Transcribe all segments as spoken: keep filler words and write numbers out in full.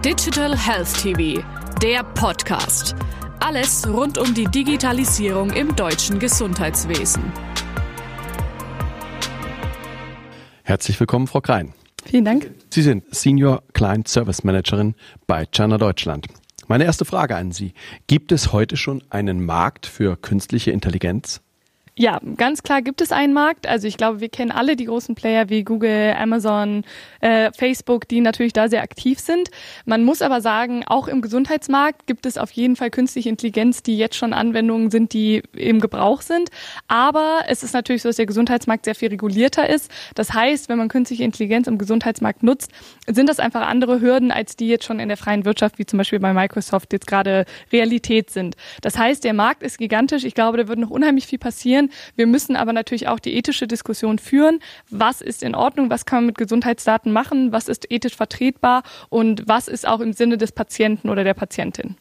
Digital Health T V, der Podcast. Alles rund um die Digitalisierung im deutschen Gesundheitswesen. Herzlich willkommen, Frau Krein. Vielen Dank. Sie sind Senior Client Service Managerin bei Cerner Deutschland. Meine erste Frage an Sie. Gibt es heute schon einen Markt für künstliche Intelligenz? Ja, ganz klar gibt es einen Markt. Also ich glaube, wir kennen alle die großen Player wie Google, Amazon, äh, Facebook, die natürlich da sehr aktiv sind. Man muss aber sagen, auch im Gesundheitsmarkt gibt es auf jeden Fall künstliche Intelligenz, die jetzt schon Anwendungen sind, die im Gebrauch sind. Aber es ist natürlich so, dass der Gesundheitsmarkt sehr viel regulierter ist. Das heißt, wenn man künstliche Intelligenz im Gesundheitsmarkt nutzt, sind das einfach andere Hürden, als die jetzt schon in der freien Wirtschaft, wie zum Beispiel bei Microsoft, jetzt gerade Realität sind. Das heißt, der Markt ist gigantisch. Ich glaube, da wird noch unheimlich viel passieren. Wir müssen aber natürlich auch die ethische Diskussion führen. Was ist in Ordnung? Was kann man mit Gesundheitsdaten machen? Was ist ethisch vertretbar? Und was ist auch im Sinne des Patienten oder der Patientin?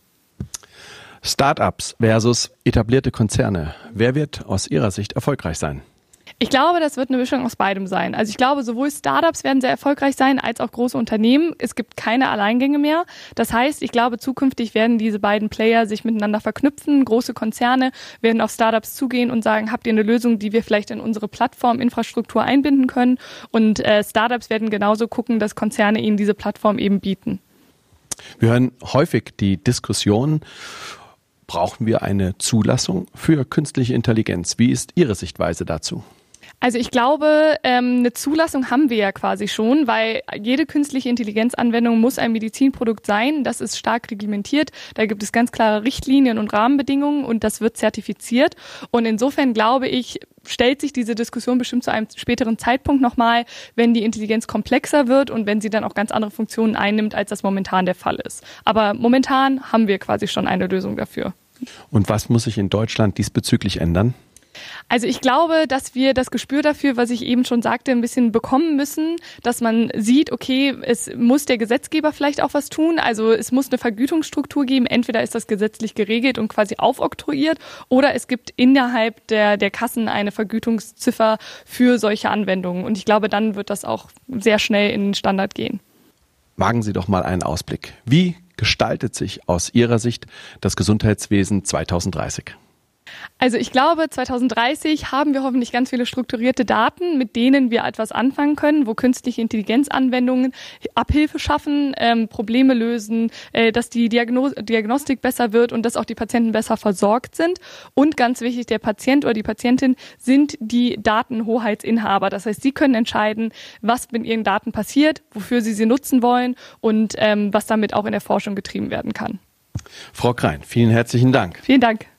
Startups versus etablierte Konzerne. Wer wird aus Ihrer Sicht erfolgreich sein? Ich glaube, das wird eine Mischung aus beidem sein. Also ich glaube, sowohl Startups werden sehr erfolgreich sein, als auch große Unternehmen. Es gibt keine Alleingänge mehr. Das heißt, ich glaube, zukünftig werden diese beiden Player sich miteinander verknüpfen. Große Konzerne werden auf Startups zugehen und sagen, habt ihr eine Lösung, die wir vielleicht in unsere Plattforminfrastruktur einbinden können? Und äh, Startups werden genauso gucken, dass Konzerne ihnen diese Plattform eben bieten. Wir hören häufig die Diskussion, brauchen wir eine Zulassung für künstliche Intelligenz? Wie ist Ihre Sichtweise dazu? Also ich glaube, ähm, eine Zulassung haben wir ja quasi schon, weil jede künstliche Intelligenzanwendung muss ein Medizinprodukt sein. Das ist stark reglementiert. Da gibt es ganz klare Richtlinien und Rahmenbedingungen und das wird zertifiziert. Und insofern glaube ich, stellt sich diese Diskussion bestimmt zu einem späteren Zeitpunkt nochmal, wenn die Intelligenz komplexer wird und wenn sie dann auch ganz andere Funktionen einnimmt, als das momentan der Fall ist. Aber momentan haben wir quasi schon eine Lösung dafür. Und was muss sich in Deutschland diesbezüglich ändern? Also ich glaube, dass wir das Gespür dafür, was ich eben schon sagte, ein bisschen bekommen müssen, dass man sieht, okay, es muss der Gesetzgeber vielleicht auch was tun. Also es muss eine Vergütungsstruktur geben. Entweder ist das gesetzlich geregelt und quasi aufoktroyiert oder es gibt innerhalb der, der Kassen eine Vergütungsziffer für solche Anwendungen. Und ich glaube, dann wird das auch sehr schnell in den Standard gehen. Wagen Sie doch mal einen Ausblick. Wie gestaltet sich aus Ihrer Sicht das Gesundheitswesen zweitausenddreißig? Also ich glaube, zweitausenddreißig haben wir hoffentlich ganz viele strukturierte Daten, mit denen wir etwas anfangen können, wo künstliche Intelligenzanwendungen Abhilfe schaffen, ähm, Probleme lösen, äh, dass die Diagnos- Diagnostik besser wird und dass auch die Patienten besser versorgt sind. Und ganz wichtig, der Patient oder die Patientin sind die Datenhoheitsinhaber. Das heißt, sie können entscheiden, was mit ihren Daten passiert, wofür sie sie nutzen wollen und ähm, was damit auch in der Forschung getrieben werden kann. Frau Krein, vielen herzlichen Dank. Vielen Dank.